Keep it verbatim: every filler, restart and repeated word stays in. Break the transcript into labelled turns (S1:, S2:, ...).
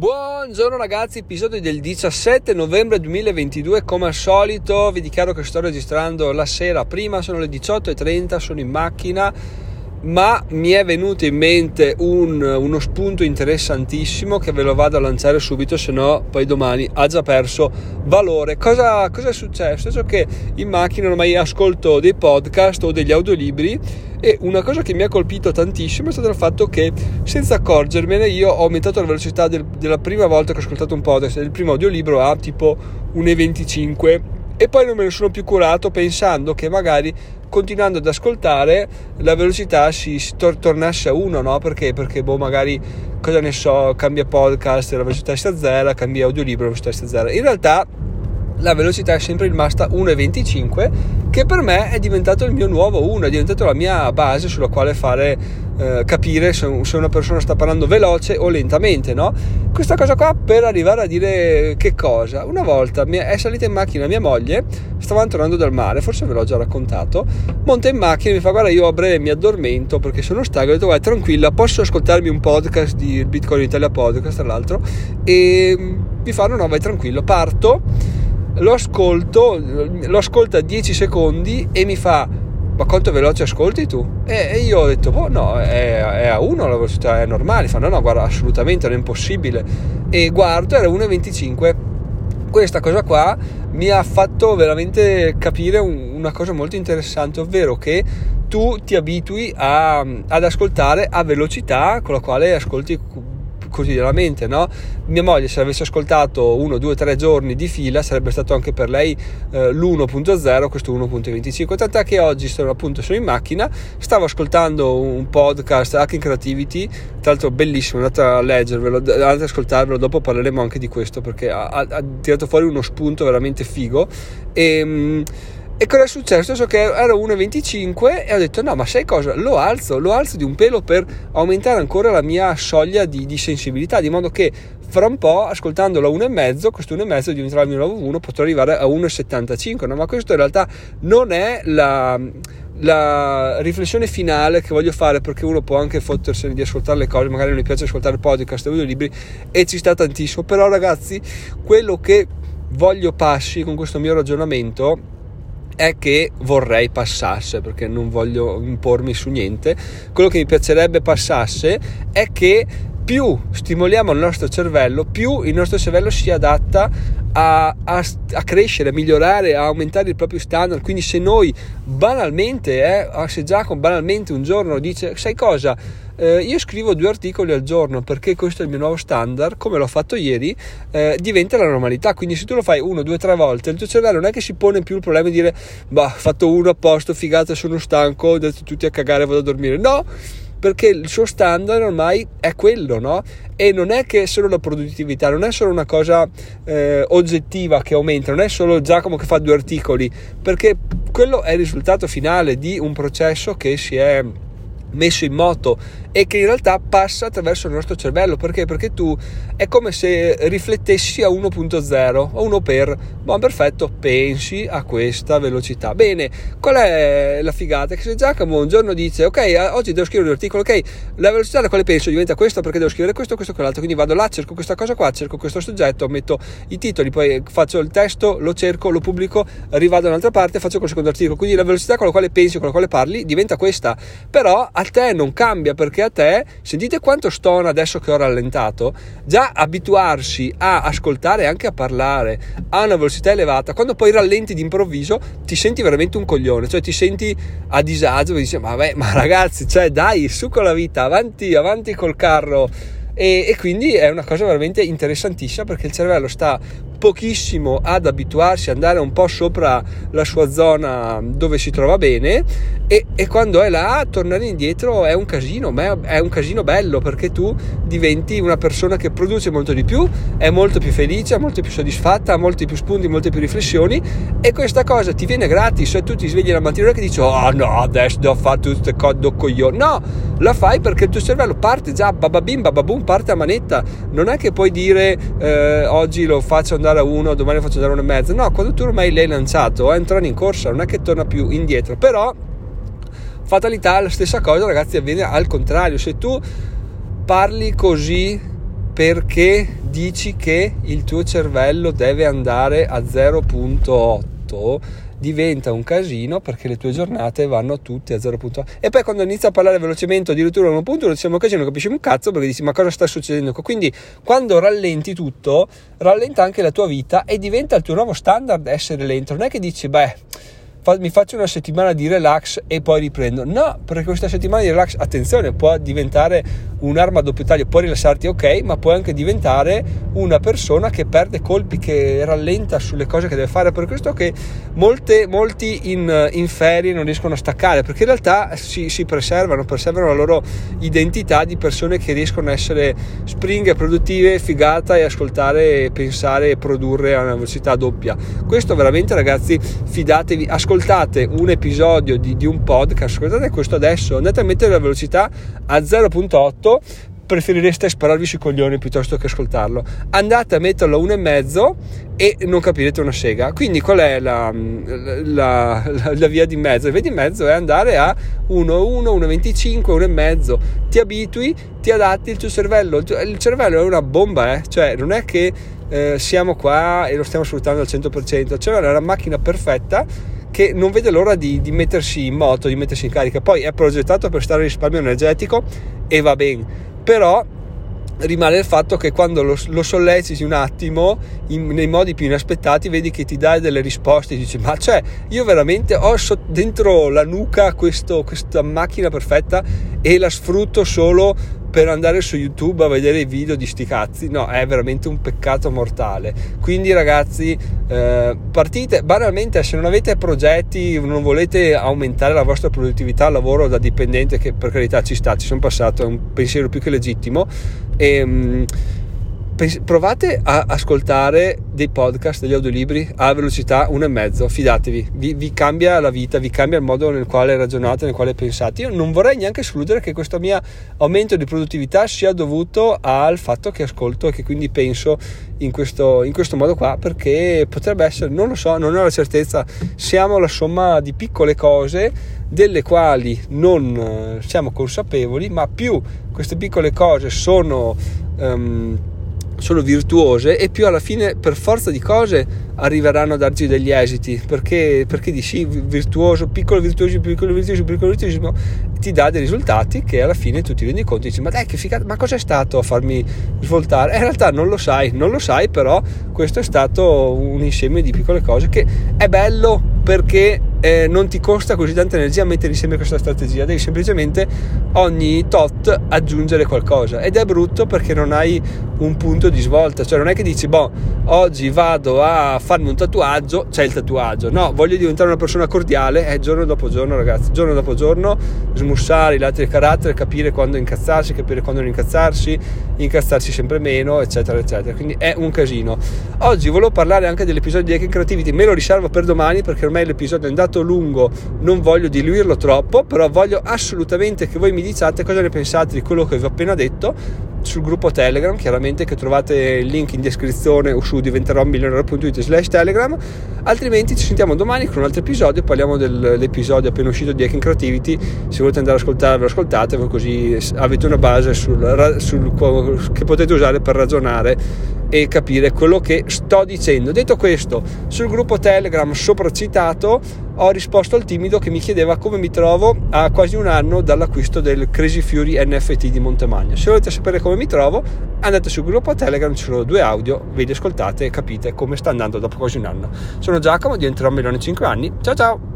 S1: Buongiorno ragazzi, episodio del diciassette novembre duemilaventidue. Come al solito vi dichiaro che sto registrando la sera prima, sono le diciotto e trenta, sono in macchina, ma mi è venuto in mente un, uno spunto interessantissimo che ve lo vado a lanciare subito, se no poi domani ha già perso valore. Cosa, cosa è successo? È che in macchina ormai ascolto dei podcast o degli audiolibri, e una cosa che mi ha colpito tantissimo è stato il fatto che, senza accorgermene, io ho aumentato la velocità del, della prima volta che ho ascoltato un podcast, del primo audiolibro, a tipo uno virgola venticinque, e poi non me ne sono più curato, pensando che magari continuando ad ascoltare la velocità si, si tor- tornasse a uno, no? Perché? Perché boh, magari, cosa ne so, cambia podcast e la velocità si azzera, cambia audiolibro e la velocità si azzera. In realtà la velocità è sempre rimasta uno virgola venticinque, che per me è diventato il mio nuovo uno, è diventato la mia base sulla quale fare eh, capire se, se una persona sta parlando veloce o lentamente, no? Questa cosa qua per arrivare a dire che cosa? Una volta mi è salita in macchina mia moglie, stavamo tornando dal mare, forse ve l'ho già raccontato, monta in macchina e mi fa: guarda, io a breve mi addormento perché sono stanco. Ho detto: guarda, tranquilla, posso ascoltarmi un podcast di Bitcoin Italia Podcast, tra l'altro? E mi fanno: no, vai tranquillo. Parto, lo ascolto, lo ascolta dieci secondi e mi fa: ma quanto veloce ascolti tu? E io ho detto: boh, no, è, è a uno, la velocità è normale. Fa: no, no, guarda, assolutamente, non è impossibile. E guardo, era uno virgola venticinque. Questa cosa qua mi ha fatto veramente capire un, una cosa molto interessante, ovvero che tu ti abitui a, ad ascoltare a velocità con la quale ascolti quotidianamente, no? Mia moglie, se avesse ascoltato uno, due, tre giorni di fila, sarebbe stato anche per lei eh, l'uno punto zero, questo uno virgola venticinque. Tant'è che oggi sono appunto sono in macchina, stavo ascoltando un podcast, Hacking Creativity, tra l'altro bellissimo, andate a leggervelo, andate ad ascoltarvelo, dopo parleremo anche di questo perché ha, ha tirato fuori uno spunto veramente figo. E E cosa è successo? So che era uno virgola venticinque e ho detto: no, ma sai cosa? Lo alzo, lo alzo di un pelo per aumentare ancora la mia soglia di, di sensibilità, di modo che fra un po', ascoltandolo a uno virgola cinque, questo uno virgola cinque diventerà il mio nuovo uno, potrò arrivare a uno virgola settantacinque, no? Ma questo in realtà non è la... la riflessione finale che voglio fare, perché uno può anche fottersene di ascoltare le cose, magari non gli piace ascoltare podcast e audiolibri, e ci sta tantissimo. Però ragazzi, quello che voglio passi con questo mio ragionamento è che vorrei passasse, perché non voglio impormi su niente, quello che mi piacerebbe passasse è che più stimoliamo il nostro cervello, più il nostro cervello si adatta a, a, a crescere, a migliorare, a aumentare il proprio standard. Quindi se noi banalmente, eh, se Giacomo banalmente un giorno dice: sai cosa, eh, io scrivo due articoli al giorno perché questo è il mio nuovo standard, come l'ho fatto ieri, eh, diventa la normalità. Quindi se tu lo fai uno, due, tre volte, il tuo cervello non è che si pone più il problema di dire: bah, ho fatto uno, a posto, figata, sono stanco, ho detto tutti a cagare, vado a dormire. No, perché il suo standard ormai è quello, no? E non è che solo la produttività, non è solo una cosa eh, oggettiva che aumenta, non è solo Giacomo che fa due articoli, perché quello è il risultato finale di un processo che si è messo in moto e che in realtà passa attraverso il nostro cervello. Perché? Perché tu è come se riflettessi a uno punto zero, a uno per, ma perfetto, pensi a questa velocità. Bene, qual è la figata? Che se Giacomo un giorno dice: ok, oggi devo scrivere un articolo, ok, la velocità alla quale penso diventa questa perché devo scrivere questo, questo, quell'altro, quindi vado là, cerco questa cosa qua, cerco questo soggetto, metto i titoli, poi faccio il testo, lo cerco, lo pubblico, rivado da un'altra parte, faccio col secondo articolo. Quindi la velocità con la quale pensi, con la quale parli, diventa questa. Però a te non cambia, perché a te, sentite quanto stona adesso che ho rallentato, già abituarsi a ascoltare e anche a parlare a una velocità elevata, quando poi rallenti d'improvviso ti senti veramente un coglione, cioè ti senti a disagio e dici: ma, beh, ma ragazzi, cioè dai, su con la vita, avanti, avanti col carro. E, e quindi è una cosa veramente interessantissima, perché il cervello sta pochissimo ad abituarsi ad andare un po' sopra la sua zona dove si trova bene, e, e quando è là tornare indietro è un casino, ma è un casino bello, perché tu diventi una persona che produce molto di più, è molto più felice, molto più soddisfatta, ha molti più spunti, molte più riflessioni, e questa cosa ti viene gratis. Cioè tu ti svegli la mattina e dici: oh no, adesso devo fare tutte queste cose do coglione. No, la fai perché il tuo cervello parte già, bababim bababum, parte a manetta. Non è che puoi dire eh, oggi lo faccio andare a uno, domani lo faccio andare a uno e mezzo. No, quando tu ormai l'hai lanciato, entrano in corsa, non è che torna più indietro. Però fatalità, la stessa cosa ragazzi avviene al contrario. Se tu parli così perché dici che il tuo cervello deve andare a zero virgola otto, diventa un casino, perché le tue giornate vanno tutte a zero virgola otto. E poi quando inizia a parlare velocemente, addirittura a uno punto uno diciamo casino, non capisci un cazzo, perché dici ma cosa sta succedendo? Quindi quando rallenti tutto, rallenta anche la tua vita e diventa il tuo nuovo standard essere lento. Non è che dici beh, Fa, mi faccio una settimana di relax e poi riprendo. No, perché questa settimana di relax, attenzione, può diventare un'arma a doppio taglio. Puoi rilassarti, ok, ma puoi anche diventare una persona che perde colpi, che rallenta sulle cose che deve fare. Per questo che molte, molti in, in ferie non riescono a staccare, perché in realtà si, si preservano preservano la loro identità di persone che riescono a essere springhe, produttive, figata, e ascoltare, pensare e produrre a una velocità doppia. Questo veramente, ragazzi, fidatevi, ascoltate ascoltate un episodio di, di un podcast, ascoltate questo adesso, andate a mettere la velocità a zero virgola otto, preferireste spararvi sui coglioni piuttosto che ascoltarlo. Andate a metterlo a uno e mezzo e non capirete una sega. Quindi qual è la, la, la, la via di mezzo? La via di mezzo è andare a uno virgola uno, uno virgola venticinque, uno e mezzo. Ti abitui, ti adatti il tuo cervello. Il, tuo, il cervello è una bomba, eh? Cioè non è che eh, siamo qua e lo stiamo sfruttando al cento per cento. Il cervello è una macchina perfetta che non vede l'ora di, di mettersi in moto, di mettersi in carica. Poi è progettato per stare a risparmio energetico e va bene, però rimane il fatto che quando lo, lo solleciti un attimo in, nei modi più inaspettati, vedi che ti dai delle risposte, dici ma cioè io veramente ho so, dentro la nuca questo, questa macchina perfetta e la sfrutto solo per andare su YouTube a vedere i video di sti cazzi. No, è veramente un peccato mortale. Quindi ragazzi, eh, partite banalmente, se non avete progetti, non volete aumentare la vostra produttività al lavoro da dipendente, che per carità ci sta, ci sono passato, è un pensiero più che legittimo, e mh, provate a ascoltare dei podcast, degli audiolibri a velocità uno e mezzo, fidatevi, vi, vi cambia la vita, vi cambia il modo nel quale ragionate, nel quale pensate. Io non vorrei neanche escludere che questo mio aumento di produttività sia dovuto al fatto che ascolto e che quindi penso in questo, in questo modo qua, perché potrebbe essere, non lo so, non ho la certezza. Siamo la somma di piccole cose delle quali non siamo consapevoli, ma più queste piccole cose sono um, sono virtuose e più alla fine per forza di cose arriveranno a darci degli esiti, perché, perché di sì, virtuoso, piccolo virtuosismo, piccolo virtuosismo, piccolo virtuosismo ti dà dei risultati che alla fine tu ti rendi conto e dici ma dai che figata, ma cos'è stato a farmi svoltare? E in realtà non lo sai, non lo sai, però questo è stato un insieme di piccole cose che è bello, perché eh, non ti costa così tanta energia mettere insieme questa strategia, devi semplicemente ogni tot aggiungere qualcosa, ed è brutto perché non hai un punto di svolta. Cioè non è che dici boh, oggi vado a farmi un tatuaggio, c'è il tatuaggio, no, voglio diventare una persona cordiale, è giorno dopo giorno, ragazzi, giorno dopo giorno smussare i lati del carattere, capire quando incazzarsi, capire quando non incazzarsi, incazzarsi sempre meno, eccetera eccetera. Quindi è un casino. Oggi volevo parlare anche dell'episodio di Hacking Creativity, me lo riservo per domani perché ormai l'episodio è andato lungo, non voglio diluirlo troppo, però voglio assolutamente che voi mi diciate cosa ne pensate di quello che vi ho appena detto sul gruppo Telegram, chiaramente, che trovate il link in descrizione o su diventerò milionario punto it slash telegram. Altrimenti ci sentiamo domani con un altro episodio, parliamo dell'episodio appena uscito di Hacking Creativity. Se volete andare ad ascoltarlo, ascoltate, così avete una base sul, sul, che potete usare per ragionare e capire quello che sto dicendo. Detto questo, sul gruppo Telegram sopracitato ho risposto al timido che mi chiedeva come mi trovo a quasi un anno dall'acquisto del Crazy Fury N F T di Montemagno. Se volete sapere come mi trovo, andate sul gruppo Telegram, ci sono due audio, ve li ascoltate e capite come sta andando dopo quasi un anno. Sono Giacomo, diventerò un milione in cinque anni. Ciao ciao!